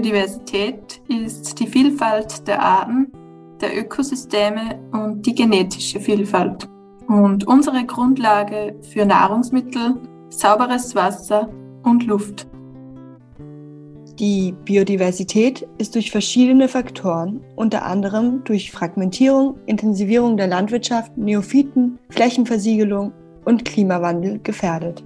Biodiversität ist die Vielfalt der Arten, der Ökosysteme und die genetische Vielfalt und unsere Grundlage für Nahrungsmittel, sauberes Wasser und Luft. Die Biodiversität ist durch verschiedene Faktoren, unter anderem durch Fragmentierung, Intensivierung der Landwirtschaft, Neophyten, Flächenversiegelung und Klimawandel gefährdet.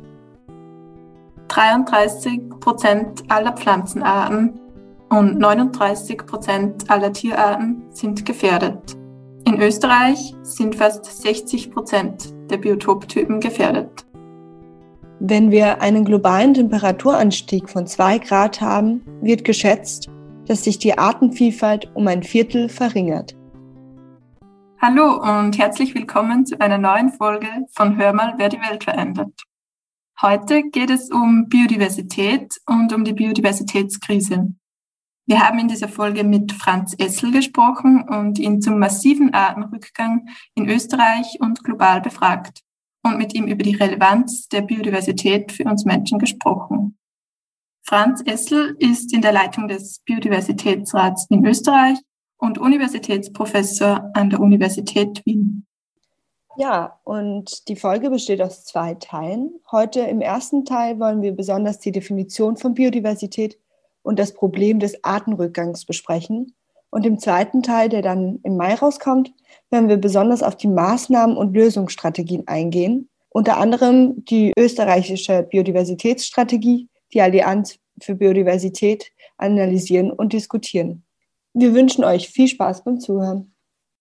33% aller Pflanzenarten und 39% aller Tierarten sind gefährdet. In Österreich sind fast 60% der Biotoptypen gefährdet. Wenn wir einen globalen Temperaturanstieg von 2 Grad haben, wird geschätzt, dass sich die Artenvielfalt um ein Viertel verringert. Hallo und herzlich willkommen zu einer neuen Folge von Hör mal, wer die Welt verändert. Heute geht es um Biodiversität und um die Biodiversitätskrise. Wir haben in dieser Folge mit Franz Essl gesprochen und ihn zum massiven Artenrückgang in Österreich und global befragt und mit ihm über die Relevanz der Biodiversität für uns Menschen gesprochen. Franz Essl ist in der Leitung des Biodiversitätsrats in Österreich und Universitätsprofessor an der Universität Wien. Ja, und die Folge besteht aus 2 Teilen. Heute im ersten Teil wollen wir besonders die Definition von Biodiversität und das Problem des Artenrückgangs besprechen. Und im zweiten Teil, der dann im Mai rauskommt, werden wir besonders auf die Maßnahmen und Lösungsstrategien eingehen. Unter anderem die österreichische Biodiversitätsstrategie, die Allianz für Biodiversität analysieren und diskutieren. Wir wünschen euch viel Spaß beim Zuhören.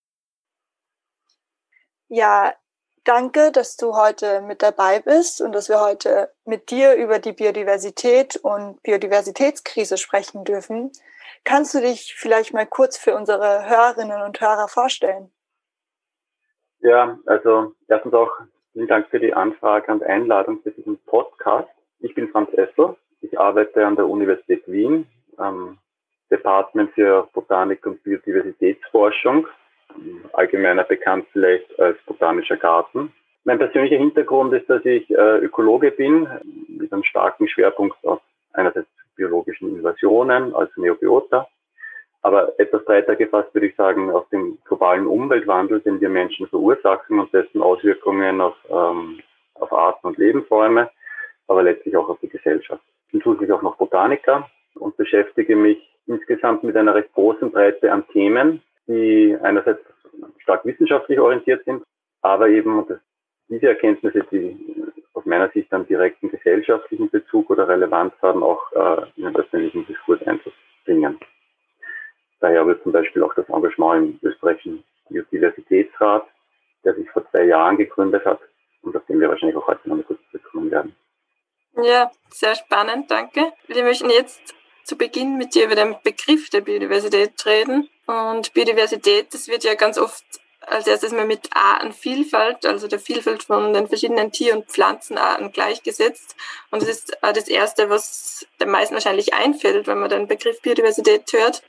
Ja, danke, dass du heute mit dabei bist und dass wir heute mit dir über die Biodiversität und Biodiversitätskrise sprechen dürfen. Kannst du dich vielleicht mal kurz für unsere Hörerinnen und Hörer vorstellen? Ja, also erstens auch vielen Dank für die Anfrage und Einladung für diesen Podcast. Ich bin Franz Essl. Ich arbeite an der Universität Wien am Department für Botanik und Biodiversitätsforschung, allgemeiner bekannt vielleicht als Botanischer Garten. Mein persönlicher Hintergrund ist, dass ich Ökologe bin, mit einem starken Schwerpunkt auf einerseits biologischen Invasionen als Neobiota, aber etwas breiter gefasst würde ich sagen, auf dem globalen Umweltwandel, den wir Menschen verursachen und dessen Auswirkungen auf Arten und Lebensräume, aber letztlich auch auf die Gesellschaft. Ich bin zusätzlich auch noch Botaniker und beschäftige mich insgesamt mit einer recht großen Breite an Themen, die einerseits stark wissenschaftlich orientiert sind, aber eben diese Erkenntnisse, die aus meiner Sicht einen direkten gesellschaftlichen Bezug oder Relevanz haben, auch in den öffentlichen Diskurs einzubringen. Daher wird zum Beispiel auch das Engagement im österreichischen Biodiversitätsrat, der sich vor 2 Jahren gegründet hat und auf den wir wahrscheinlich auch heute noch mal kurz zurückkommen werden. Ja, sehr spannend, danke. Wir möchten jetzt zu Beginn mit dir über den Begriff der Biodiversität reden. Und Biodiversität, das wird ja ganz oft als erstes mal mit Artenvielfalt, also der Vielfalt von den verschiedenen Tier- und Pflanzenarten gleichgesetzt. Und das ist das Erste, was den meisten wahrscheinlich einfällt, wenn man den Begriff Biodiversität hört.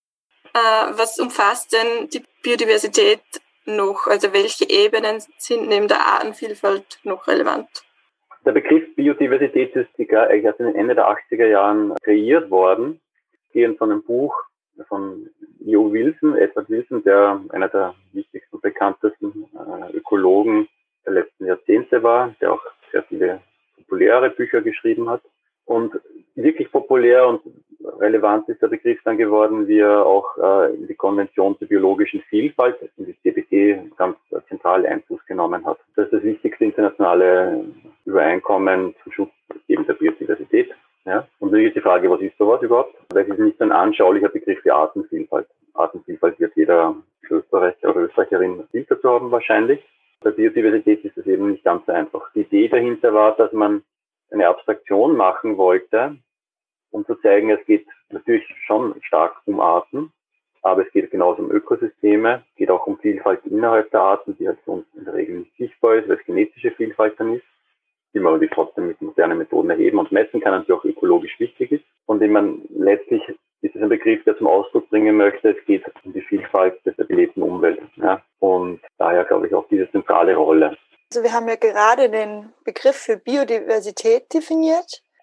Was umfasst denn die Biodiversität noch? Also welche Ebenen sind neben der Artenvielfalt noch relevant? Der Begriff Biodiversität ist eigentlich erst Ende der 80er Jahren kreiert worden, gehend von einem Buch von Edward Wilson, der einer der wichtigsten und bekanntesten Ökologen der letzten Jahrzehnte war, der auch sehr viele populäre Bücher geschrieben hat. Und wirklich populär und relevant ist der Begriff dann geworden, wie er auch in die Konvention zur biologischen Vielfalt, in die CBT, ganz zentral Einfluss genommen hat. Das ist das wichtigste internationale Übereinkommen zum Schutz eben der Biodiversität. Ja? Und dann ist die Frage, was ist sowas überhaupt? Weil es ist nicht ein anschaulicher Begriff wie Artenvielfalt. Artenvielfalt wird jeder Österreicher oder Österreicherin viel dazu haben wahrscheinlich. Bei Biodiversität ist es eben nicht ganz so einfach. Die Idee dahinter war, dass man eine Abstraktion machen wollte, um zu zeigen, es geht natürlich schon stark um Arten, aber es geht genauso um Ökosysteme, es geht auch um Vielfalt innerhalb der Arten, die halt für uns in der Regel nicht sichtbar ist, weil es genetische Vielfalt dann ist, die man trotzdem mit modernen Methoden erheben und messen kann und die auch ökologisch wichtig ist. Und letztlich ist es ein Begriff, der zum Ausdruck bringen möchte, es geht um die Vielfalt der belebten Umwelt. Ja? Und daher glaube ich auch diese zentrale Rolle. Also wir haben ja gerade den Begriff für Biodiversität definiert.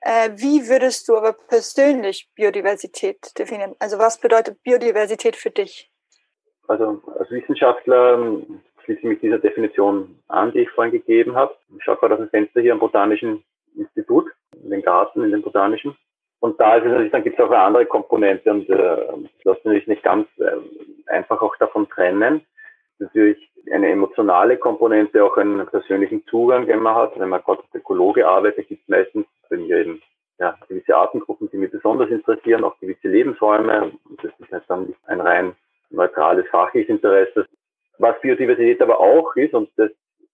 Wie würdest du aber persönlich Biodiversität definieren? Also was bedeutet Biodiversität für dich? Also als Wissenschaftler schließe ich mich dieser Definition an, die ich vorhin gegeben habe. Ich schaue gerade aus dem Fenster hier am Botanischen Institut, in den Garten, in den Botanischen. Und da ist es natürlich, dann gibt es auch eine andere Komponente und das lässt natürlich nicht ganz einfach auch davon trennen. Natürlich eine emotionale Komponente, auch einen persönlichen Zugang, den man hat. Wenn man gerade als Ökologe arbeitet, gibt es meistens, wenn wir eben gewisse Artengruppen, die mich besonders interessieren, auch gewisse Lebensräume. Und das ist halt dann nicht ein rein neutrales fachliches Interesse. Was Biodiversität aber auch ist, und das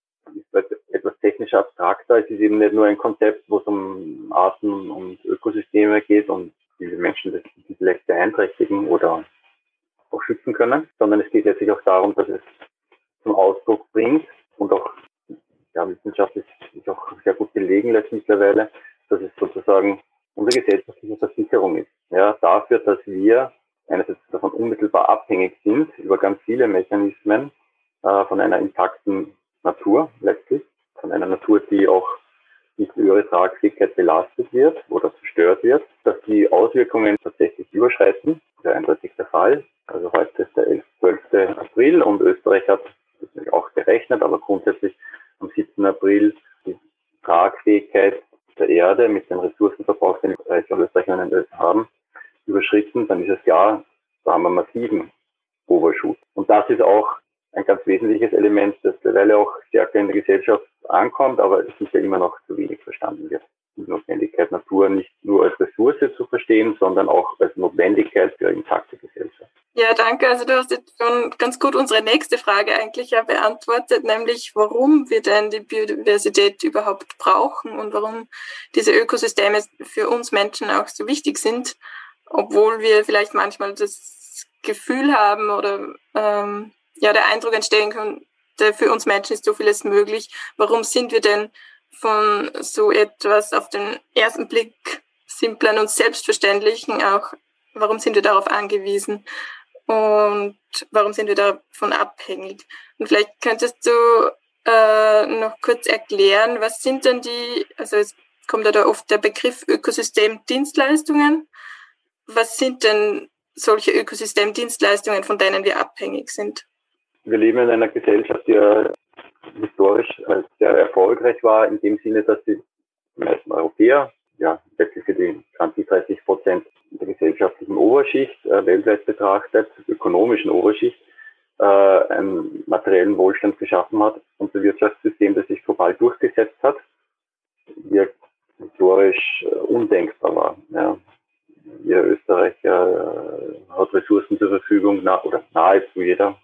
ist etwas technisch abstrakter, es ist eben nicht nur ein Konzept, wo es um Arten und Ökosysteme geht und wie die Menschen die vielleicht beeinträchtigen oder auch schützen können, sondern es geht letztlich auch darum, dass es zum Ausdruck bringt und auch Wissenschaft ist auch sehr gut belegen mittlerweile, dass es sozusagen unsere gesellschaftliche Versicherung ist. Ja, dafür, dass wir einerseits davon unmittelbar abhängig sind über ganz viele Mechanismen von einer intakten Natur letztlich, von einer Natur, die auch nicht über ihre Tragfähigkeit belastet wird oder zerstört wird, dass die Auswirkungen tatsächlich überschreiten. Das ist eindeutig der Fall. Also heute ist der 12. April und Österreich hat das auch gerechnet, aber grundsätzlich am 7. April die Tragfähigkeit der Erde mit dem Ressourcenverbrauch, den Österreich und Österreicherinnen haben, überschritten, dann ist es klar, da haben wir massiven Overshoot. Und das ist auch ein ganz wesentliches Element, das mittlerweile auch stärker in der Gesellschaft ankommt, aber sicher immer noch zu wenig verstanden wird. Die Notwendigkeit, Natur nicht nur als Ressource zu verstehen, sondern auch als Notwendigkeit für eine intakte Gesellschaft. Ja, danke. Also du hast jetzt schon ganz gut unsere nächste Frage eigentlich ja beantwortet, nämlich warum wir denn die Biodiversität überhaupt brauchen und warum diese Ökosysteme für uns Menschen auch so wichtig sind, obwohl wir vielleicht manchmal das Gefühl haben oder der Eindruck entstehen kann, für uns Menschen ist so vieles möglich. Warum sind wir denn von so etwas auf den ersten Blick simplen und selbstverständlichen auch, warum sind wir darauf angewiesen und warum sind wir davon abhängig? Und vielleicht könntest du noch kurz erklären, was sind denn also es kommt ja da oft der Begriff Ökosystemdienstleistungen. Was sind denn solche Ökosystemdienstleistungen, von denen wir abhängig sind? Wir leben in einer Gesellschaft, die historisch sehr erfolgreich war, in dem Sinne, dass die meisten Europäer, letztlich für die 20-30% der gesellschaftlichen Oberschicht, weltweit betrachtet, ökonomischen Oberschicht, einen materiellen Wohlstand geschaffen hat und ein Wirtschaftssystem, das sich global durchgesetzt hat, hier historisch undenkbar war. Ja. Jeder Österreicher hat Ressourcen zur Verfügung, nahezu jeder.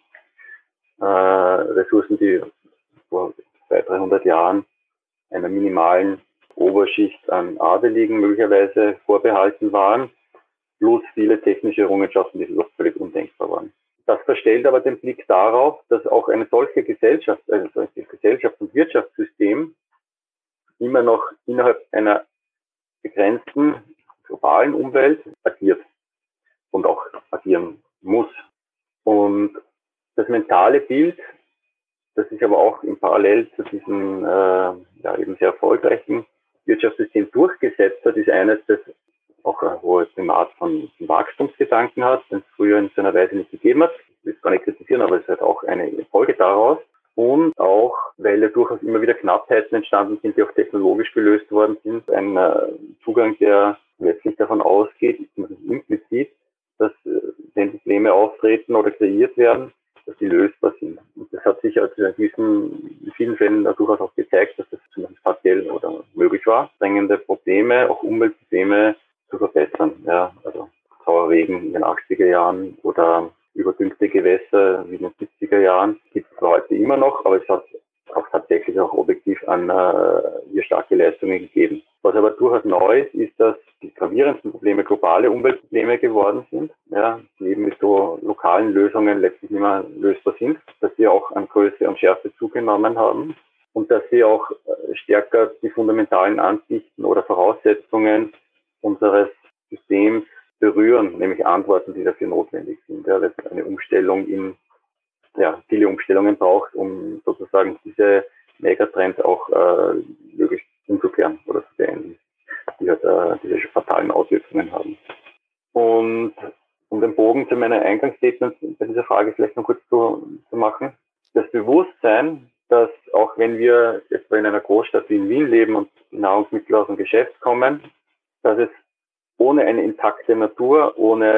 Ressourcen, die vor 200-300 Jahren einer minimalen Oberschicht an Adeligen möglicherweise vorbehalten waren, plus viele technische Errungenschaften, die überhaupt völlig undenkbar waren. Das verstellt aber den Blick darauf, dass auch eine solche Gesellschaft, also solches Gesellschafts- und Wirtschaftssystem immer noch innerhalb einer begrenzten globalen Umwelt agiert und auch agieren muss. Und das mentale Bild, das sich aber auch im Parallel zu diesem eben sehr erfolgreichen Wirtschaftssystem durchgesetzt hat, ist eines, das auch ein hohes Primat von Wachstumsgedanken hat, den es früher in so einer Weise nicht gegeben hat. Ich will es gar nicht kritisieren, aber es ist halt auch eine Folge daraus. Und auch, weil ja durchaus immer wieder Knappheiten entstanden sind, die auch technologisch gelöst worden sind. Ein Zugang, der letztlich davon ausgeht, implizit, dass wenn Probleme auftreten oder kreiert werden, dass sie lösbar sind. Und das hat sich also in vielen Fällen durchaus auch gezeigt, dass das zumindest partiell oder möglich war, drängende Probleme, auch Umweltprobleme zu verbessern. Ja, also Sauerregen in den 80er Jahren oder überdüngte Gewässer wie in den 70er Jahren gibt es heute immer noch, aber es hat auch tatsächlich auch objektiv an hier starke Leistungen gegeben. Was aber durchaus neu ist, dass die gravierendsten Probleme globale Umweltprobleme geworden sind, die eben mit so lokalen Lösungen letztlich nicht mehr lösbar sind, dass sie auch an Größe und Schärfe zugenommen haben und dass sie auch stärker die fundamentalen Ansichten oder Voraussetzungen unseres Systems berühren, nämlich Antworten, die dafür notwendig sind. Ja, dass eine Umstellung viele Umstellungen braucht, um sozusagen diese Megatrends auch möglichst umzukehren oder zu beenden, die halt Statement bei dieser Frage vielleicht noch kurz zu machen. Das Bewusstsein, dass auch wenn wir etwa in einer Großstadt wie in Wien leben und die Nahrungsmittel aus dem Geschäft kommen, dass es ohne eine intakte Natur,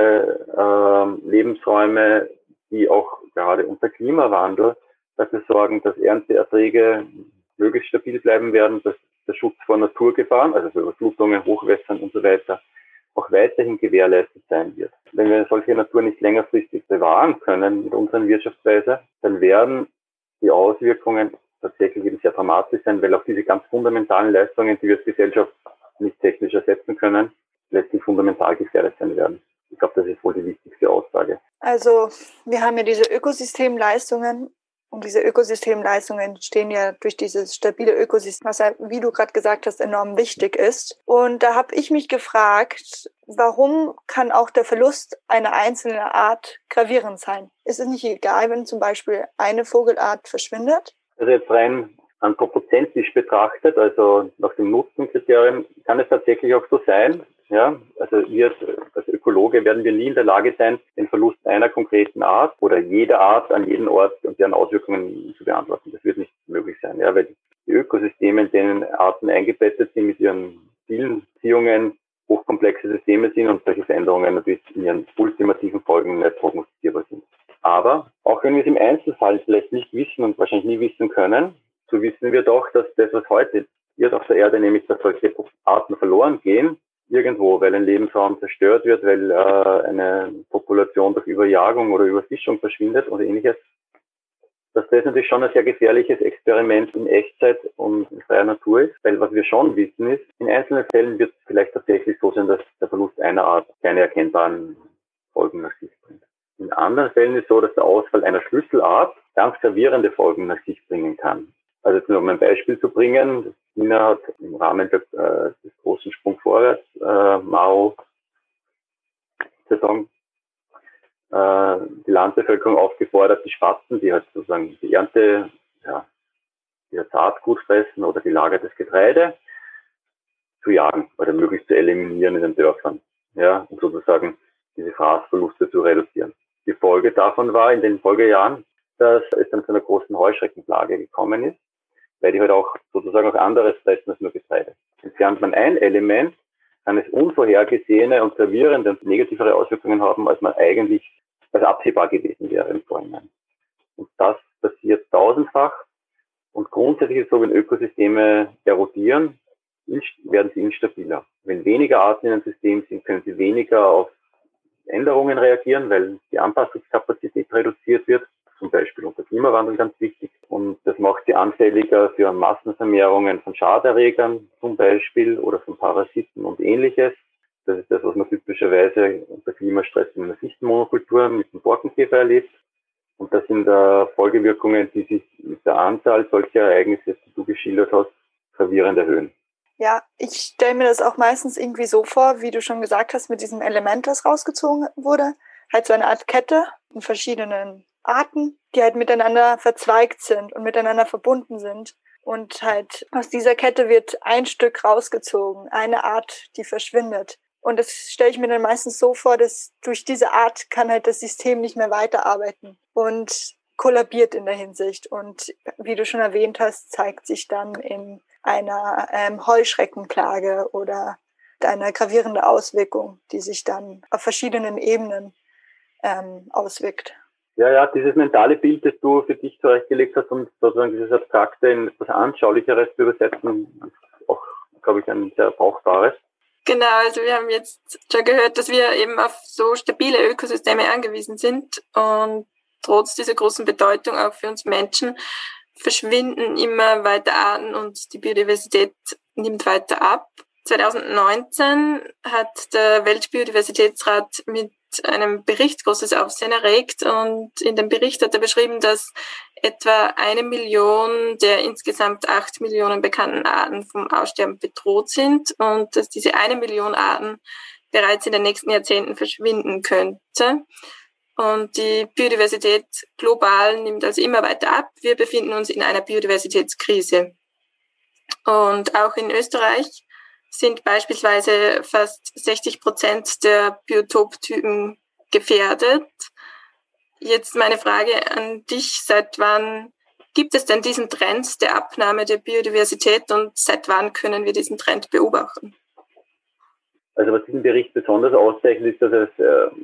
ohne Lebensräume, die auch gerade unter Klimawandel dafür sorgen, dass Ernteerträge möglichst stabil bleiben werden, dass der Schutz vor Naturgefahren, also vor Überflutungen, Hochwässern und so weiter, auch weiterhin gewährleistet sein wird. Wenn wir solche Natur nicht längerfristig bewahren können mit unseren Wirtschaftsweise, dann werden die Auswirkungen tatsächlich eben sehr dramatisch sein, weil auch diese ganz fundamentalen Leistungen, die wir als Gesellschaft nicht technisch ersetzen können, letztlich fundamental gefährdet sein werden. Ich glaube, das ist wohl die wichtigste Aussage. Also wir haben ja diese Ökosystemleistungen und diese Ökosystemleistungen entstehen ja durch dieses stabile Ökosystem, was ja, wie du gerade gesagt hast, enorm wichtig ist. Und da habe ich mich gefragt, warum kann auch der Verlust einer einzelnen Art gravierend sein? Ist es nicht egal, wenn zum Beispiel eine Vogelart verschwindet? Also jetzt rein anthropozentisch betrachtet, also nach dem Nutzenkriterien, kann es tatsächlich auch so sein. Ja, also wir als Ökologe werden wir nie in der Lage sein, den Verlust einer konkreten Art oder jeder Art an jedem Ort und deren Auswirkungen zu beantworten. Das wird nicht möglich sein, ja, weil die Ökosysteme, in denen Arten eingebettet sind, mit ihren vielen Beziehungen hochkomplexe Systeme sind und solche Veränderungen natürlich in ihren ultimativen Folgen nicht prognostizierbar sind. Aber auch wenn wir es im Einzelfall vielleicht nicht wissen und wahrscheinlich nie wissen können, so wissen wir doch, dass das, was heute passiert auf der Erde, nämlich dass solche Arten verloren gehen, irgendwo, weil ein Lebensraum zerstört wird, weil eine Population durch Überjagung oder Überfischung verschwindet oder ähnliches, dass das natürlich schon ein sehr gefährliches Experiment in Echtzeit und in freier Natur ist, weil was wir schon wissen ist, in einzelnen Fällen wird es vielleicht tatsächlich so sein, dass der Verlust einer Art keine erkennbaren Folgen nach sich bringt. In anderen Fällen ist es so, dass der Ausfall einer Schlüsselart ganz gravierende Folgen nach sich bringen kann. Also jetzt nur um ein Beispiel zu bringen, China hat im Rahmen des großen Sprung vorwärts, Mao Zedong, die Landbevölkerung aufgefordert, die Spatzen, die halt sozusagen die Ernte, ja, ihr Saatgut fressen oder gelagertes Getreide, zu jagen oder möglichst zu eliminieren in den Dörfern, ja, um sozusagen diese Fraßverluste zu reduzieren. Die Folge davon war in den Folgejahren, dass es dann zu einer großen Heuschreckenplage gekommen ist, weil die halt auch sozusagen auch anderes fressen als nur Getreide. Entfernt man ein Element, kann es unvorhergesehene und gravierende und negativere Auswirkungen haben, als man eigentlich als absehbar gewesen wäre im Vorhinein. Und das passiert tausendfach. Und grundsätzlich ist es so, wenn Ökosysteme erodieren, werden sie instabiler. Wenn weniger Arten in einem System sind, können sie weniger auf Änderungen reagieren, weil die Anpassungskapazität reduziert wird. Zum Beispiel unter Klimawandel ganz wichtig. Und das macht sie anfälliger für Massenvermehrungen von Schaderregern zum Beispiel oder von Parasiten und ähnliches. Das ist das, was man typischerweise unter Klimastress in einer Fichtenmonokultur mit dem Borkenkäfer erlebt. Und das sind Folgewirkungen, die sich mit der Anzahl solcher Ereignisse, die du geschildert hast, gravierend erhöhen. Ja, ich stelle mir das auch meistens irgendwie so vor, wie du schon gesagt hast, mit diesem Element, das rausgezogen wurde. Halt so eine Art Kette in verschiedenen Arten, die halt miteinander verzweigt sind und miteinander verbunden sind. Und halt aus dieser Kette wird ein Stück rausgezogen, eine Art, die verschwindet. Und das stelle ich mir dann meistens so vor, dass durch diese Art kann halt das System nicht mehr weiterarbeiten und kollabiert in der Hinsicht. Und wie du schon erwähnt hast, zeigt sich dann in einer Heuschreckenplage oder einer gravierenden Auswirkung, die sich dann auf verschiedenen Ebenen auswirkt. Ja, dieses mentale Bild, das du für dich zurechtgelegt hast, um sozusagen dieses Abstrakte in etwas Anschaulicheres zu übersetzen, ist auch, glaube ich, ein sehr brauchbares. Genau, also wir haben jetzt schon gehört, dass wir eben auf so stabile Ökosysteme angewiesen sind und trotz dieser großen Bedeutung auch für uns Menschen verschwinden immer weiter Arten und die Biodiversität nimmt weiter ab. 2019 hat der Weltbiodiversitätsrat mit einem Bericht großes Aufsehen erregt und in dem Bericht hat er beschrieben, dass etwa 1 Million der insgesamt 8 Millionen bekannten Arten vom Aussterben bedroht sind und dass diese 1 Million Arten bereits in den nächsten Jahrzehnten verschwinden könnte. Und die Biodiversität global nimmt also immer weiter ab. Wir befinden uns in einer Biodiversitätskrise. Und auch in Österreich sind beispielsweise fast 60% der Biotoptypen gefährdet. Jetzt meine Frage an dich, seit wann gibt es denn diesen Trend der Abnahme der Biodiversität und seit wann können wir diesen Trend beobachten? Also was diesen Bericht besonders auszeichnet, ist, dass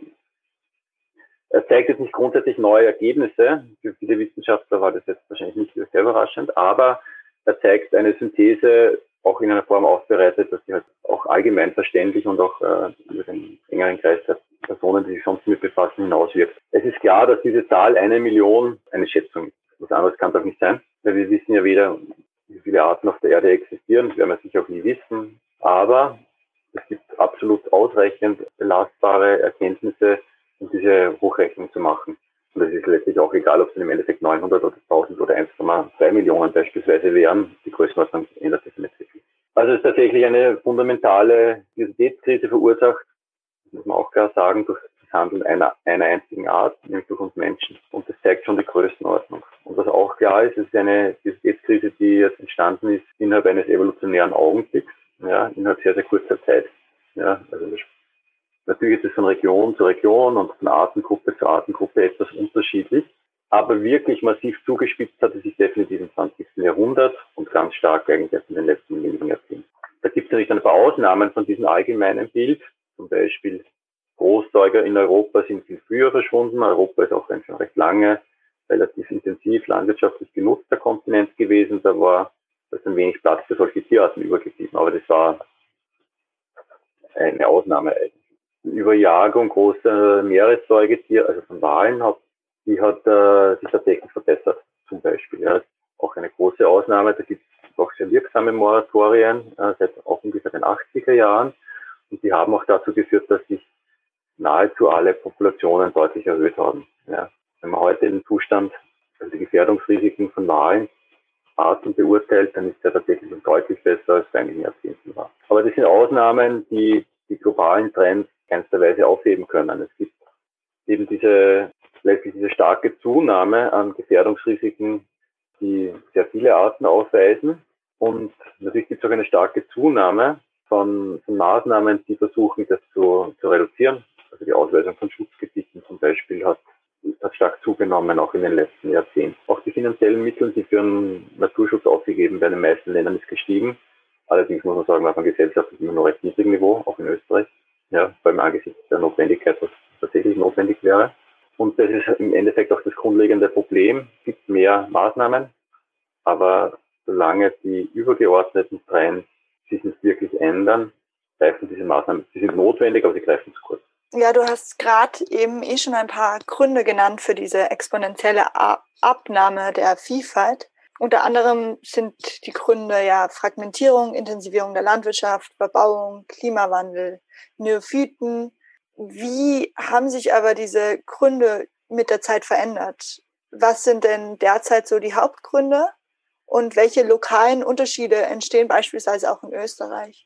er zeigt jetzt nicht grundsätzlich neue Ergebnisse. Für viele Wissenschaftler war das jetzt wahrscheinlich nicht sehr überraschend, aber er zeigt eine Synthese auch in einer Form aufbereitet, dass sie halt auch allgemein verständlich und auch über den engeren Kreis der Personen, die sich sonst damit befassen, hinauswirkt. Es ist klar, dass diese Zahl 1 Million eine Schätzung ist. Was anderes kann das nicht sein, weil wir wissen ja weder, wie viele Arten auf der Erde existieren, das werden wir sicher auch nie wissen, aber es gibt absolut ausreichend belastbare Erkenntnisse, um diese Hochrechnung zu machen. Und das ist letztlich auch egal, ob es im Endeffekt 900 oder 1000 oder 1,2 Millionen beispielsweise wären. Die Größenordnung ändert sich nicht wirklich. Also es ist tatsächlich eine fundamentale Biodiversitätskrise verursacht, das muss man auch klar sagen, durch das Handeln einer einzigen Art, nämlich durch uns Menschen. Und das zeigt schon die Größenordnung. Und was auch klar ist, es ist eine Biodiversitätskrise, die jetzt entstanden ist innerhalb eines evolutionären Augenblicks, ja, innerhalb sehr, sehr kurzer Zeit. Ja, also natürlich ist es von Region zu Region und von Artengruppe zu Artengruppe etwas unterschiedlich. Aber wirklich massiv zugespitzt hat es sich definitiv im 20. Jahrhundert und ganz stark eigentlich erst in den letzten wenigen Jahrzehnten. Da gibt es natürlich ein paar Ausnahmen von diesem allgemeinen Bild. Zum Beispiel Großsäuger in Europa sind viel früher verschwunden. Europa ist auch schon recht lange relativ intensiv landwirtschaftlich genutzter Kontinent gewesen. Da war ein wenig Platz für solche Tierarten übergeblieben. Aber das war eine Ausnahme eigentlich. Die Überjagung großer Meeressäugetiere, also von Walen, die hat sich tatsächlich verbessert, zum Beispiel. Ja. Auch eine große Ausnahme, da gibt es auch sehr wirksame Moratorien seit auch ungefähr den 80er Jahren. Und die haben auch dazu geführt, dass sich nahezu alle Populationen deutlich erhöht haben. Ja. Wenn man heute den Zustand, also die Gefährdungsrisiken von Walen, Arten beurteilt, dann ist der tatsächlich deutlich besser, als es eigentlich in Jahrzehnten war. Aber das sind Ausnahmen, die globalen Trends keinster Weise aufheben können. Es gibt eben letztlich diese starke Zunahme an Gefährdungsrisiken, die sehr viele Arten aufweisen. Und natürlich gibt es auch eine starke Zunahme von Maßnahmen, die versuchen, das zu reduzieren. Also die Ausweisung von Schutzgebieten zum Beispiel hat stark zugenommen, auch in den letzten Jahrzehnten. Auch die finanziellen Mittel, die für den Naturschutz ausgegeben werden, in den meisten Ländern ist gestiegen. Allerdings muss man sagen, auf einem gesellschaftlich immer noch recht niedrigen Niveau, auch in Österreich. Ja, vor allem angesichts der Notwendigkeit, was tatsächlich notwendig wäre. Und das ist im Endeffekt auch das grundlegende Problem. Es gibt mehr Maßnahmen, aber solange die übergeordneten Trends sich nicht wirklich ändern, greifen diese Maßnahmen. Sie sind notwendig, aber sie greifen zu kurz. Ja, du hast gerade eben schon ein paar Gründe genannt für diese exponentielle Abnahme der Vielfalt. Unter anderem sind die Gründe ja Fragmentierung, Intensivierung der Landwirtschaft, Verbauung, Klimawandel, Neophyten. Wie haben sich aber diese Gründe mit der Zeit verändert? Was sind denn derzeit so die Hauptgründe und welche lokalen Unterschiede entstehen beispielsweise auch in Österreich?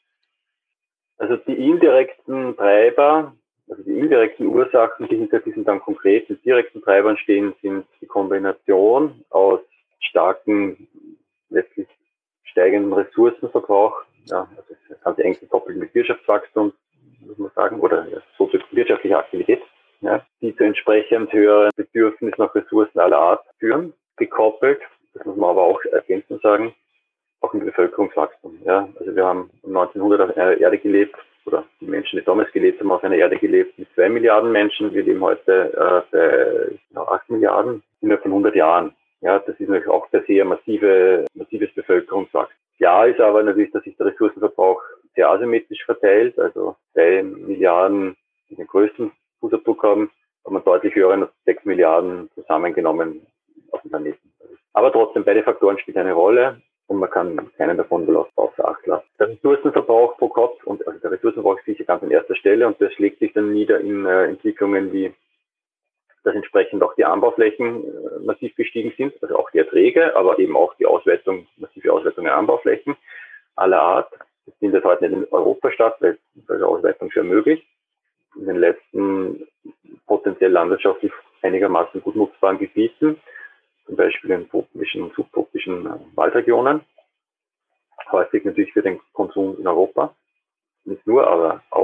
Also die indirekten Treiber, also die indirekten Ursachen, die hinter diesen dann konkreten direkten Treibern stehen, sind die Kombination aus starken, letztlich steigenden Ressourcenverbrauch, ja, also das hat eng gekoppelt mit Wirtschaftswachstum, muss man sagen, oder ja, wirtschaftliche Aktivität, ja, die zu entsprechend höheren Bedürfnissen nach Ressourcen aller Art führen, gekoppelt, das muss man aber auch ergänzend sagen, auch mit Bevölkerungswachstum. Ja. Also wir haben 1900 auf einer Erde gelebt, oder die Menschen, die damals gelebt haben, auf einer Erde gelebt mit 2 Milliarden Menschen. Wir leben heute bei 8 Milliarden innerhalb von 100 Jahren. Ja, das ist natürlich auch per se ein massives Bevölkerungswachstum. Klar ist aber natürlich, dass sich der Ressourcenverbrauch sehr asymmetrisch verteilt. Also 2 Milliarden, die den größten Fußabdruck haben, haben einen deutlich höheren als 6 Milliarden zusammengenommen auf dem Planeten. Aber trotzdem, beide Faktoren spielen eine Rolle. Und man kann keinen davon wohl außer Acht lassen. Der Ressourcenverbrauch pro Kopf, also der Ressourcenverbrauch ist sicher ganz an erster Stelle und das schlägt sich dann nieder in Entwicklungen wie, dass entsprechend auch die Anbauflächen massiv gestiegen sind, also auch die Erträge, aber eben auch die massive Ausweitung der Anbauflächen aller Art. Das findet heute nicht in Europa statt, weil die Ausweitung ist ja möglich. In den letzten potenziell landwirtschaftlich einigermaßen gut nutzbaren Gebieten, zum Beispiel in tropischen und subtropischen Waldregionen, häufig natürlich für den Konsum in Europa, nicht nur, aber auch.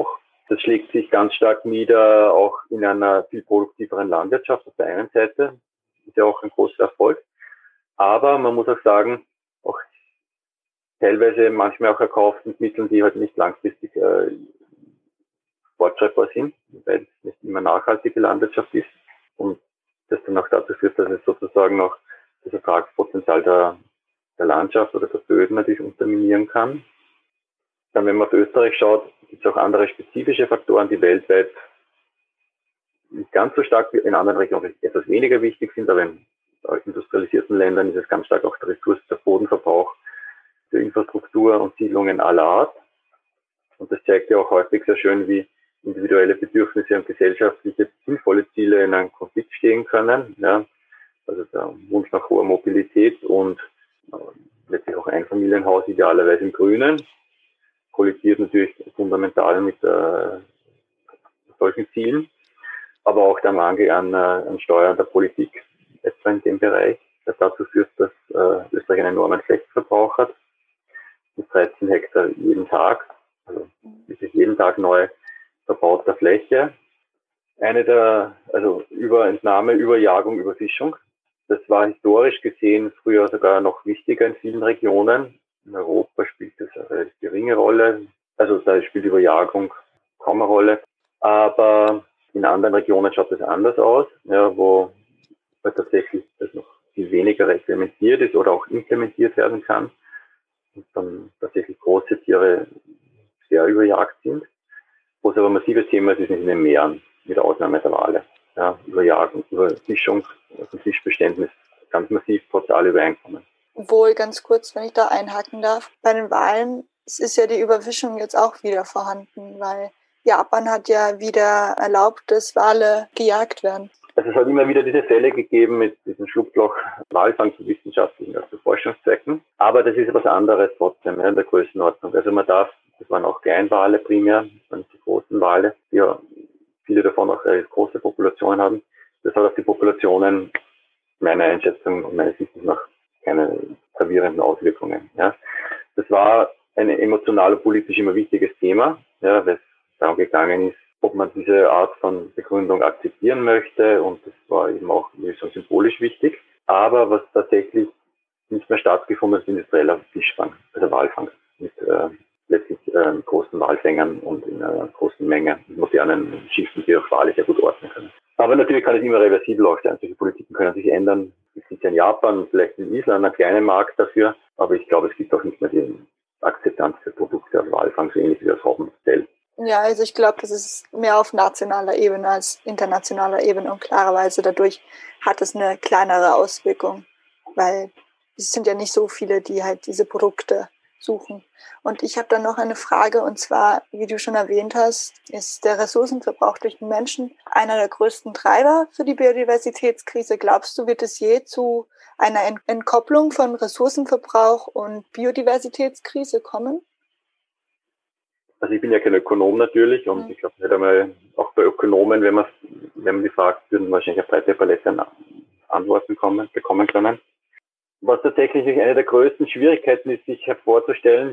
Das schlägt sich ganz stark nieder, auch in einer viel produktiveren Landwirtschaft auf der einen Seite. Ist ja auch ein großer Erfolg. Aber man muss auch sagen, auch teilweise manchmal auch erkauft mit Mitteln, die halt nicht langfristig fortschreibbar sind, weil es nicht immer nachhaltige Landwirtschaft ist. Und das dann auch dazu führt, dass es sozusagen noch das Ertragspotenzial der Landschaft oder der Böden natürlich unterminieren kann. Dann, wenn man auf Österreich schaut, gibt es auch andere spezifische Faktoren, die weltweit nicht ganz so stark wie in anderen Regionen etwas weniger wichtig sind, aber in industrialisierten Ländern ist es ganz stark auch der der Bodenverbrauch für Infrastruktur und Siedlungen aller Art. Und das zeigt ja auch häufig sehr schön, wie individuelle Bedürfnisse und gesellschaftliche sinnvolle Ziele in einem Konflikt stehen können. Ja. Also der Wunsch nach hoher Mobilität und letztlich auch Einfamilienhaus idealerweise im Grünen kollidiert natürlich fundamental mit solchen Zielen, aber auch der Mangel an steuernder Politik, etwa in dem Bereich, der dazu führt, dass Österreich einen enormen Flächenverbrauch hat, mit 13 Hektar jeden Tag, also wirklich jeden Tag neu verbauter Fläche. Also Überentnahme, Überjagung, Überfischung. Das war historisch gesehen früher sogar noch wichtiger in vielen Regionen. In Europa spielt das eine relativ geringe Rolle. Also da spielt Überjagung kaum eine Rolle. Aber in anderen Regionen schaut das anders aus, ja, wo tatsächlich das noch viel weniger reglementiert ist oder auch implementiert werden kann. Und dann tatsächlich große Tiere sehr überjagt sind. Wo es aber ein massives Thema ist, ist in den Meeren, mit Ausnahme der Wale. Ja, Überjagung, Überfischung, also Fischbeständen ist ganz massiv trotz aller Übereinkommen. Obwohl, ganz kurz, wenn ich da einhaken darf, bei den Walen ist ja die Überfischung jetzt auch wieder vorhanden, weil Japan hat ja wieder erlaubt, dass Wale gejagt werden. Also es hat immer wieder diese Fälle gegeben mit diesem Schlupfloch Walfang zu wissenschaftlichen, also zu Forschungszwecken. Aber das ist etwas anderes trotzdem, ja, in der Größenordnung. Also man darf, das waren auch Kleinwale primär, das waren nicht die großen Wale, die ja viele davon auch relativ große Populationen haben. Das hat auf die Populationen meiner Einschätzung und meines Wissens nach keine gravierenden Auswirkungen. Ja. Das war ein emotional und politisch immer wichtiges Thema, ja, weil es darum gegangen ist, ob man diese Art von Begründung akzeptieren möchte, und das war eben auch so symbolisch wichtig. Aber was tatsächlich nicht mehr stattgefunden hat, ist industrieller Fischfang, also Walfang, mit letztlich großen Walfängern und in einer großen Menge modernen Schiffen, die auch Wale sehr gut ordnen können. Aber natürlich kann es immer reversibel auch sein. Solche Politiken können sich ändern. Es gibt ja in Japan, vielleicht in Island einen kleinen Markt dafür, aber ich glaube, es gibt auch nicht mehr die Akzeptanz für Produkte aus Walfang, so ähnlich wie das Robbenmodell. Ja, also ich glaube, das ist mehr auf nationaler Ebene als internationaler Ebene und klarerweise dadurch hat es eine kleinere Auswirkung, weil es sind ja nicht so viele, die halt diese Produkte suchen. Und ich habe dann noch eine Frage, und zwar, wie du schon erwähnt hast, ist der Ressourcenverbrauch durch den Menschen einer der größten Treiber für die Biodiversitätskrise. Glaubst du, wird es je zu einer Entkopplung von Ressourcenverbrauch und Biodiversitätskrise kommen? Also ich bin ja kein Ökonom natürlich, und ich glaube nicht einmal, auch bei Ökonomen, wenn man die fragt, würden wahrscheinlich eine breite Palette an Antworten bekommen können. Was tatsächlich eine der größten Schwierigkeiten ist, sich hervorzustellen,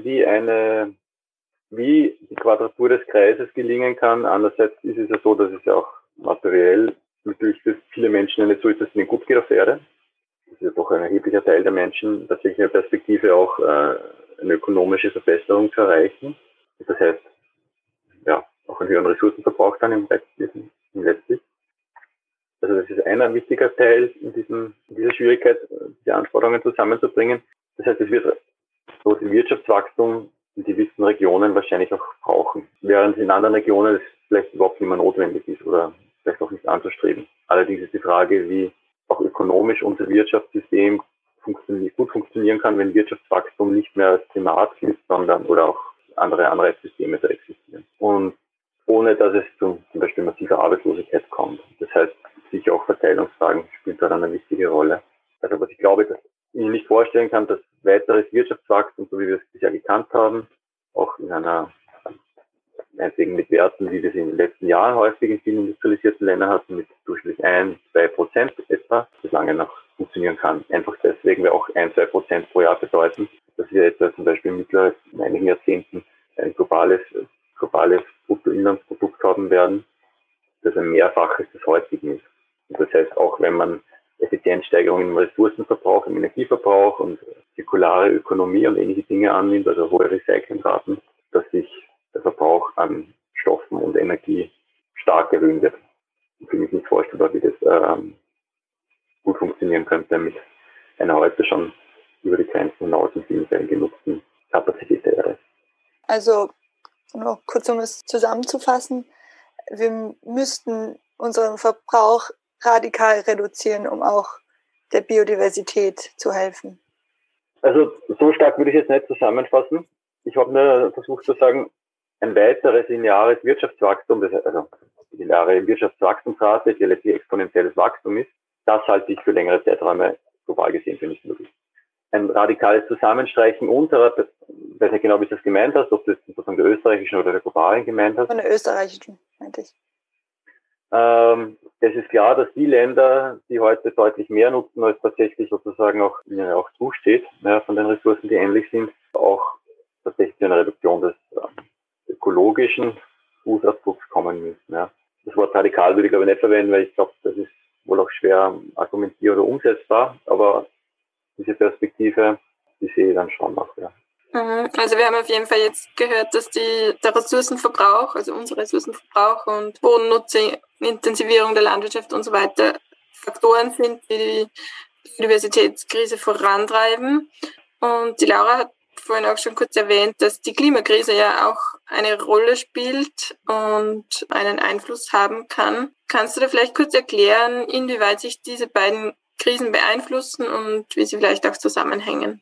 wie die Quadratur des Kreises gelingen kann. Andererseits ist es ja so, dass es ja auch materiell natürlich für viele Menschen ja nicht so ist, dass es ihnen gut geht auf der Erde. Das ist ja doch ein erheblicher Teil der Menschen, tatsächlich in der Perspektive auch eine ökonomische Verbesserung zu erreichen. Das heißt, ja, auch einen höheren Ressourcenverbrauch dann im letztlich. Also das ist ein wichtiger Teil in dieser Schwierigkeit, die Anforderungen zusammenzubringen. Das heißt, es wird so die Wirtschaftswachstum in gewissen Regionen wahrscheinlich auch brauchen, während in anderen Regionen es vielleicht überhaupt nicht mehr notwendig ist oder vielleicht auch nicht anzustreben. Allerdings ist die Frage, wie auch ökonomisch unser Wirtschaftssystem gut funktionieren kann, wenn Wirtschaftswachstum nicht mehr als Primat gilt, sondern oder auch andere Anreizsysteme da existieren. Und ohne dass es zum Beispiel massiver Arbeitslosigkeit kommt. Das heißt, sicher auch Verteilungsfragen spielen da eine wichtige Rolle. Also was ich glaube, dass ich mir nicht vorstellen kann, dass weiteres Wirtschaftswachstum, so wie wir es bisher gekannt haben, auch in meinetwegen mit Werten, wie wir es in den letzten Jahren häufig in vielen industrialisierten Ländern hatten, mit durchschnittlich 1-2% etwa, das lange noch funktionieren kann. Einfach deswegen, weil auch 1-2% pro Jahr bedeuten, dass wir etwa zum Beispiel in einigen Jahrzehnten ein globales globales Bruttoinlandsprodukt haben werden, das ein Mehrfaches des heutigen ist. Und das heißt, auch wenn man Effizienzsteigerungen im Ressourcenverbrauch, im Energieverbrauch und zirkulare Ökonomie und ähnliche Dinge annimmt, also hohe Recyclingraten, dass sich der Verbrauch an Stoffen und Energie stark erhöhen wird. Ich kann mich nicht vorstellen, wie das gut funktionieren könnte mit einer heute schon über die Grenzen hinaus in vielen Fällen genutzten Kapazität der Erde. Also noch kurz, um es zusammenzufassen, wir müssten unseren Verbrauch radikal reduzieren, um auch der Biodiversität zu helfen. Also so stark würde ich jetzt nicht zusammenfassen. Ich habe nur versucht zu sagen, ein weiteres lineares Wirtschaftswachstum, also die lineare Wirtschaftswachstumsrate, die letztlich exponentielles Wachstum ist, das halte ich für längere Zeiträume global gesehen für nicht möglich. Ein radikales Zusammenstreichen unserer, ich weiß nicht genau, wie du das gemeint hast, ob du das sozusagen der österreichischen oder der globalen gemeint hast. Von der österreichischen, meinte ich. Es ist klar, dass die Länder, die heute deutlich mehr nutzen, als tatsächlich sozusagen auch ihnen auch zusteht, von den Ressourcen, die ähnlich sind, auch tatsächlich zu einer Reduktion des ökologischen Fußabdrucks kommen müssen. Ja. Das Wort radikal würde ich aber nicht verwenden, weil ich glaube, das ist wohl auch schwer argumentier- oder umsetzbar, aber diese Perspektive, die sehe ich dann schon noch. Ja. Also wir haben auf jeden Fall jetzt gehört, dass der Ressourcenverbrauch, also unser Ressourcenverbrauch und Bodennutzung, Intensivierung der Landwirtschaft und so weiter Faktoren sind, die die Biodiversitätskrise vorantreiben. Und die Laura hat vorhin auch schon kurz erwähnt, dass die Klimakrise ja auch eine Rolle spielt und einen Einfluss haben kann. Kannst du da vielleicht kurz erklären, inwieweit sich diese beiden Krisen beeinflussen und wie sie vielleicht auch zusammenhängen?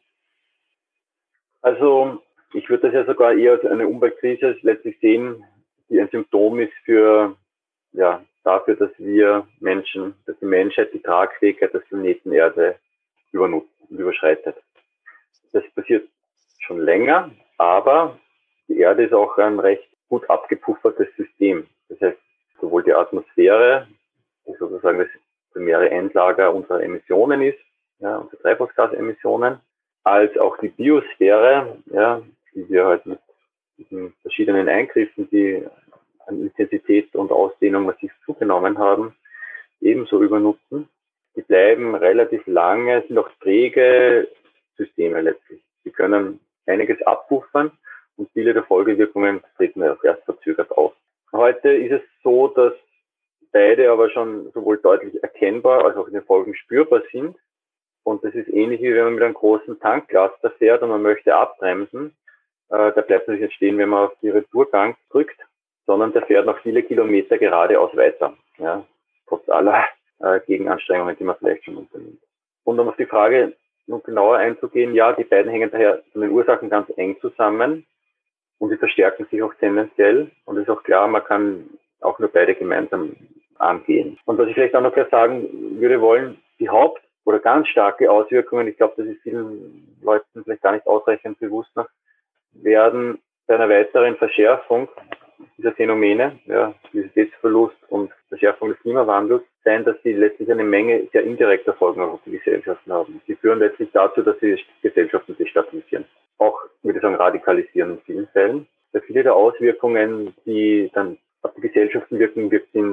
Also ich würde das ja sogar eher als eine Umweltkrise letztlich sehen, die ein Symptom ist für dafür, dass wir Menschen, dass die Menschheit die Tragfähigkeit des Planeten Erde übernutzt und überschreitet. Das passiert schon länger, aber die Erde ist auch ein recht gut abgepuffertes System. Das heißt, sowohl die Atmosphäre, die sozusagen das primäre Endlager unserer Emissionen ist, unsere Treibhausgasemissionen, als auch die Biosphäre, die wir halt mit diesen verschiedenen Eingriffen, die an Intensität und Ausdehnung massiv zugenommen haben, ebenso übernutzen. Die bleiben relativ lange, sind auch träge Systeme letztlich. Sie können einiges abpuffern und viele der Folgewirkungen treten auch erst verzögert auf. Heute ist es so, dass beide aber schon sowohl deutlich erkennbar als auch in den Folgen spürbar sind. Und das ist ähnlich wie wenn man mit einem großen Tanklaster fährt und man möchte abbremsen. Da bleibt man nicht stehen, wenn man auf die Retourgang drückt, sondern der fährt noch viele Kilometer geradeaus weiter, trotz aller Gegenanstrengungen, die man vielleicht schon unternimmt. Und um auf die Frage noch genauer einzugehen, die beiden hängen daher von den Ursachen ganz eng zusammen und sie verstärken sich auch tendenziell. Und es ist auch klar, man kann auch nur beide gemeinsam angehen. Und was ich vielleicht auch noch gleich sagen würde wollen, die oder ganz starke Auswirkungen, ich glaube, das ist vielen Leuten vielleicht gar nicht ausreichend bewusst noch, werden bei einer weiteren Verschärfung dieser Phänomene, Biodiversitätsverlust und Verschärfung des Klimawandels, sein, dass sie letztlich eine Menge sehr indirekter Folgen auf die Gesellschaften haben. Sie führen letztlich dazu, dass sie Gesellschaften destabilisieren. Auch, würde ich sagen, radikalisieren in vielen Fällen. Weil viele der Auswirkungen, die dann auf die Gesellschaften wirken,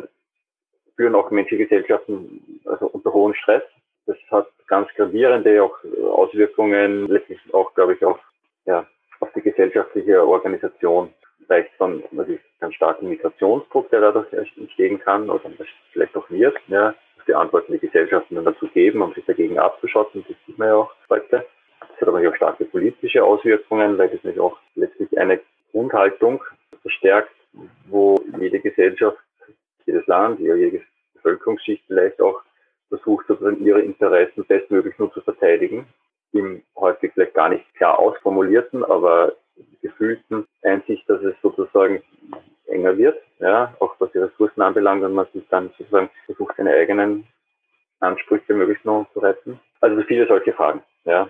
führen auch menschliche Gesellschaften also unter hohen Stress. Das hat ganz gravierende auch Auswirkungen, letztlich auch, glaube ich, auf die gesellschaftliche Organisation. Reicht von ganz starken Migrationsdruck, der dadurch entstehen kann oder vielleicht auch wird, die Antworten die Gesellschaften dann dazu geben, um sich dagegen abzuschotten. Das sieht man ja auch heute. Das hat aber auch starke politische Auswirkungen, weil das nämlich auch letztlich eine Grundhaltung verstärkt, wo jede Gesellschaft, jedes Land, jede Bevölkerungsschicht vielleicht auch versucht, sozusagen ihre Interessen bestmöglich nur zu verteidigen, im häufig vielleicht gar nicht klar ausformulierten, aber gefühlten Einsicht, dass es sozusagen enger wird, auch was die Ressourcen anbelangt, und man sich dann sozusagen versucht, seine eigenen Ansprüche möglichst noch zu retten. Also viele solche Fragen.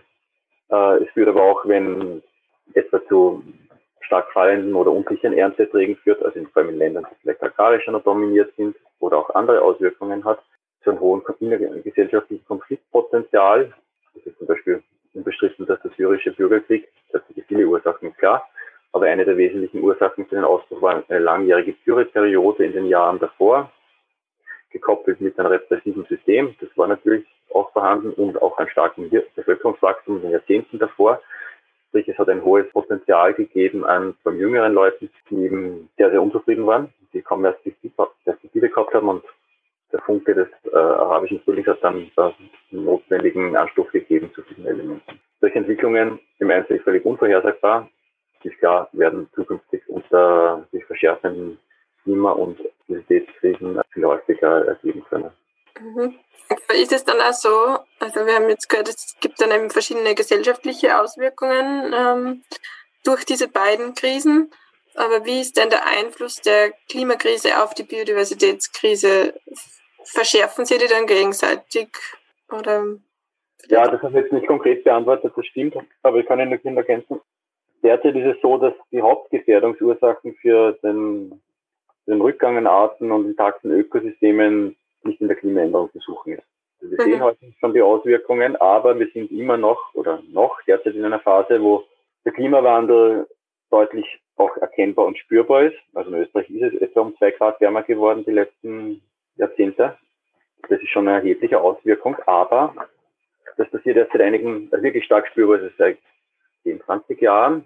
Es führt aber auch, wenn etwa zu stark fallenden oder unsicheren Ernteerträgen führt, also vor allem in Ländern, die vielleicht agrarischer noch dominiert sind oder auch andere Auswirkungen hat, zu einem hohen gesellschaftlichen Konfliktpotenzial. Das ist zum Beispiel unbestritten, dass der syrische Bürgerkrieg, das hat viele Ursachen, klar, Aber eine der wesentlichen Ursachen für den Ausbruch war eine langjährige Dürreperiode in den Jahren davor, gekoppelt mit einem repressiven System. Das war natürlich auch vorhanden und auch ein starken Bevölkerungswachstum in den Jahrzehnten davor. Sprich, es hat ein hohes Potenzial gegeben an von jüngeren Leuten, die eben sehr, sehr unzufrieden waren, die kaum Perspektive gehabt haben, und der Funke des arabischen Frühlings hat dann den notwendigen Anstoß gegeben zu diesen Elementen. Solche Entwicklungen im Einzelnen völlig unvorhersagbar, ist klar, werden zukünftig unter sich verschärfenden Klima- und Biodiversitätskrisen viel häufiger ergeben können. Mhm. Ist es dann auch so, also wir haben jetzt gehört, es gibt dann eben verschiedene gesellschaftliche Auswirkungen durch diese beiden Krisen, aber wie ist denn der Einfluss der Klimakrise auf die Biodiversitätskrise? Verschärfen sie die dann gegenseitig? Oder? Ja, das habe ich jetzt nicht konkret beantwortet, das stimmt, aber ich kann Ihnen noch ergänzen. Derzeit ist es so, dass die Hauptgefährdungsursachen für den Rückgang an Arten und intakten Ökosystemen nicht in der Klimaänderung zu suchen ist. Also wir sehen heute schon die Auswirkungen, aber wir sind immer noch derzeit in einer Phase, wo der Klimawandel deutlich auch erkennbar und spürbar ist. Also in Österreich ist es etwa um 2 Grad wärmer geworden die letzten Jahrzehnte. Das ist schon eine erhebliche Auswirkung, aber das passiert erst seit wirklich stark spürbar, also seit 10, 20 Jahren.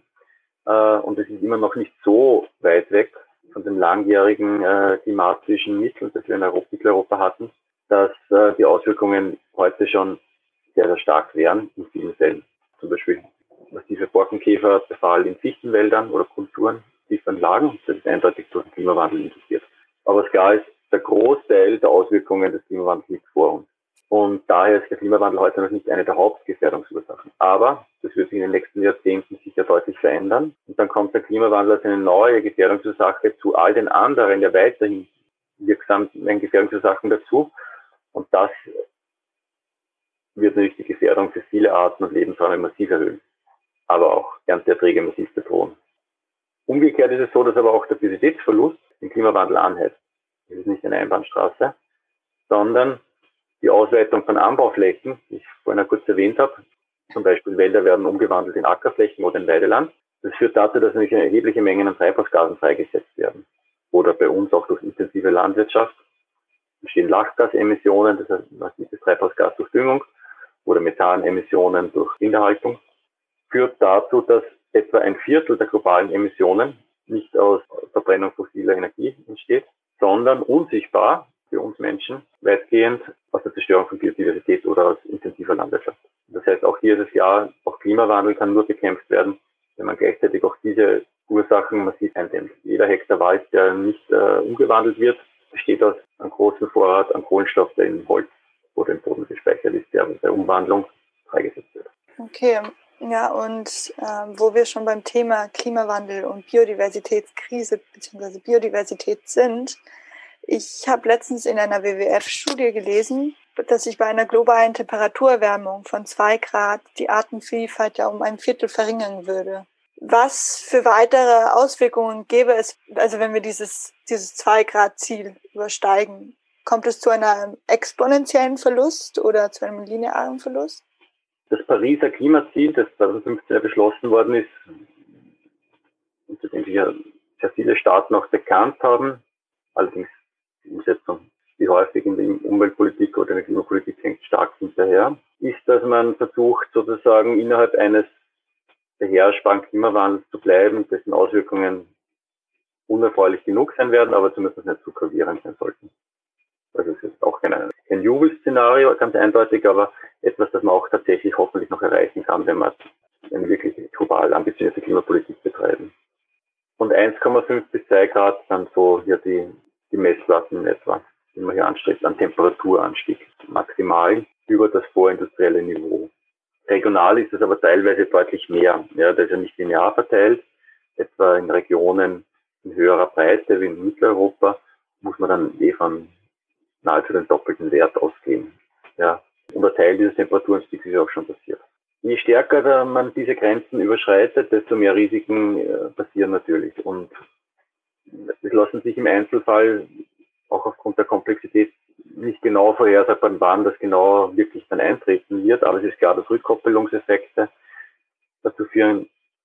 Und es ist immer noch nicht so weit weg von dem langjährigen klimatischen Mittel, das wir in Mitteleuropa hatten, dass die Auswirkungen heute schon sehr, sehr stark wären in vielen Fällen. Zum Beispiel massive Borkenkäferbefall in Fichtenwäldern oder Kulturen, tieferen Lagen. Das ist eindeutig durch den Klimawandel induziert. Aber es klar ist, der Großteil der Auswirkungen des Klimawandels liegt vor uns. Und daher ist der Klimawandel heute noch nicht eine der Hauptgefährdungsursachen. Aber das wird sich in den nächsten Jahrzehnten sicher deutlich verändern. Und dann kommt der Klimawandel als eine neue Gefährdungsursache zu all den anderen, ja weiterhin wirksamen Gefährdungsursachen dazu. Und das wird natürlich die Gefährdung für viele Arten und Lebensräume massiv erhöhen, aber auch Ernteerträge massiv bedrohen. Umgekehrt ist es so, dass aber auch der Biodiversitätsverlust den Klimawandel anhält. Das ist nicht eine Einbahnstraße, sondern die Ausweitung von Anbauflächen, die ich vorhin kurz erwähnt habe, zum Beispiel Wälder werden umgewandelt in Ackerflächen oder in Weideland. Das führt dazu, dass nämlich erhebliche Mengen an Treibhausgasen freigesetzt werden. Oder bei uns auch durch intensive Landwirtschaft entstehen Lachgasemissionen, das heißt massives Treibhausgas durch Düngung oder Methanemissionen durch Rinderhaltung. Führt dazu, dass etwa 1/4 der globalen Emissionen nicht aus Verbrennung fossiler Energie entsteht, sondern unsichtbar für uns Menschen weitgehend aus der Zerstörung von Biodiversität oder aus intensiver Landwirtschaft. Das heißt, auch hier ist es klar, auch Klimawandel kann nur bekämpft werden, wenn man gleichzeitig auch diese Ursachen massiv eindämmt. Jeder Hektar Wald, der nicht umgewandelt wird, besteht aus einem großen Vorrat an Kohlenstoff, der in Holz oder im Boden gespeichert ist, der bei der Umwandlung freigesetzt wird. Okay, ja, und wo wir schon beim Thema Klimawandel und Biodiversitätskrise bzw. Biodiversität sind, ich habe letztens in einer WWF-Studie gelesen, dass sich bei einer globalen Temperaturerwärmung von 2 Grad die Artenvielfalt ja um 1/4 verringern würde. Was für weitere Auswirkungen gäbe es, also wenn wir dieses 2-Grad-Ziel übersteigen? Kommt es zu einem exponentiellen Verlust oder zu einem linearen Verlust? Das Pariser Klimaziel, das 2015 beschlossen worden ist, und zu dem sich ja sehr viele Staaten auch bekannt haben, allerdings die Umsetzung, wie häufig in der Umweltpolitik oder in der Klimapolitik hängt stark hinterher, ist, dass man versucht, sozusagen innerhalb eines beherrschbaren Klimawandels zu bleiben, dessen Auswirkungen unerfreulich genug sein werden, aber zumindest nicht zu gravierend sein sollten. Also es ist auch kein Jubelszenario, ganz eindeutig, aber etwas, das man auch tatsächlich hoffentlich noch erreichen kann, wenn wir eine wirklich global ambitionierte Klimapolitik betreiben. Und 1,5 bis 2 Grad dann so hier die Messplatten in etwa, die man hier anstrebt, an Temperaturanstieg maximal über das vorindustrielle Niveau. Regional ist es aber teilweise deutlich mehr. Ja, das ist ja nicht linear verteilt. Etwa in Regionen in höherer Breite wie in Mitteleuropa muss man dann von nahezu den doppelten Wert ausgehen. Ja, und ein Teil dieses Temperaturanstiegs ist auch schon passiert. Je stärker man diese Grenzen überschreitet, desto mehr Risiken passieren natürlich. Und es lassen sich im Einzelfall auch aufgrund der Komplexität nicht genau vorhersagen, wann das genau wirklich dann eintreten wird. Aber es ist klar, dass Rückkoppelungseffekte dazu führen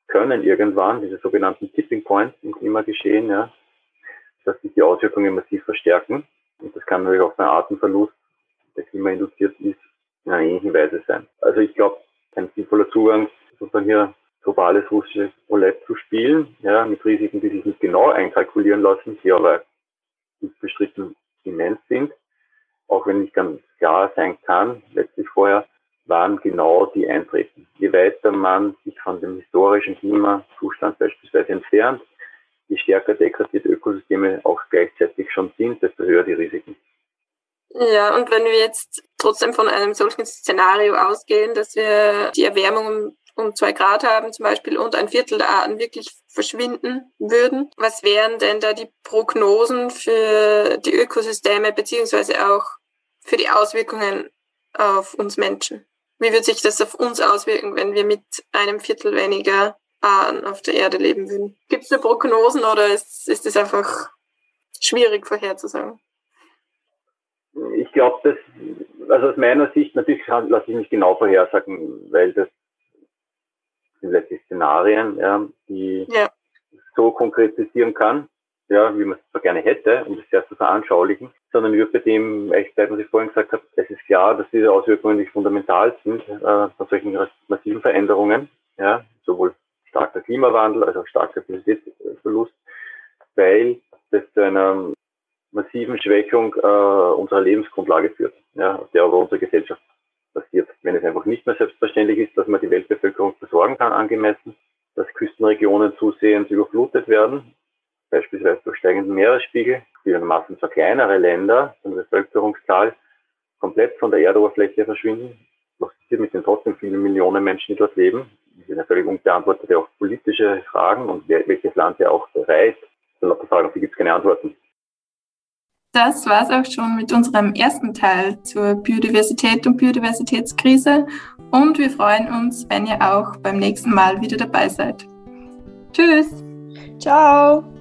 können irgendwann, diese sogenannten Tipping Points im Klimageschehen, ja, dass sich die Auswirkungen massiv verstärken. Und das kann natürlich auch bei Artenverlust, der klimainduziert ist, in einer ähnlichen Weise sein. Also ich glaube, ein sinnvoller Zugang, sozusagen hier globales russisches Roulette zu spielen, ja, mit Risiken, die sich nicht genau einkalkulieren lassen, die aber unbestritten immens sind, auch wenn nicht ganz klar sein kann, letztlich vorher, wann genau die eintreten. Je weiter man sich von dem historischen Klimazustand beispielsweise entfernt, je stärker degradierte Ökosysteme auch gleichzeitig schon sind, desto höher die Risiken. Ja, und wenn wir jetzt trotzdem von einem solchen Szenario ausgehen, dass wir die Erwärmung um 2 Grad haben zum Beispiel und ein Viertel der Arten wirklich verschwinden würden, was wären denn da die Prognosen für die Ökosysteme beziehungsweise auch für die Auswirkungen auf uns Menschen? Wie wird sich das auf uns auswirken, wenn wir mit einem Viertel weniger Arten auf der Erde leben würden? Gibt es da Prognosen oder ist es einfach schwierig vorherzusagen? Ich glaube, also aus meiner Sicht, natürlich lasse ich nicht genau vorhersagen, weil das sind letztlich Szenarien, ja, die so konkretisieren kann, ja, wie man es zwar gerne hätte, um das sehr zu veranschaulichen, sondern ich würde bei dem echt bleiben, was ich vorhin gesagt habe, es ist klar, dass diese Auswirkungen nicht fundamental sind von solchen massiven Veränderungen, ja, sowohl starker Klimawandel als auch starker Biodiversitätsverlust, weil das zu einer massiven Schwächung unserer Lebensgrundlage führt, ja, auf der aber unsere Gesellschaft basiert. Wenn es einfach nicht mehr selbstverständlich ist, dass man die Weltbevölkerung versorgen kann angemessen, dass Küstenregionen zusehends überflutet werden, beispielsweise durch steigenden Meeresspiegel, gewissermaßen zwar kleinere Länder, von der Bevölkerungszahl komplett von der Erdoberfläche verschwinden. Was passiert mit den trotzdem vielen Millionen Menschen, die dort leben? Das sind ja völlig unbeantwortete auch politische Fragen und welches Land ja auch bereit, so lauter Fragen, auf die gibt es keine Antworten. Das war es auch schon mit unserem ersten Teil zur Biodiversität und Biodiversitätskrise und wir freuen uns, wenn ihr auch beim nächsten Mal wieder dabei seid. Tschüss! Ciao!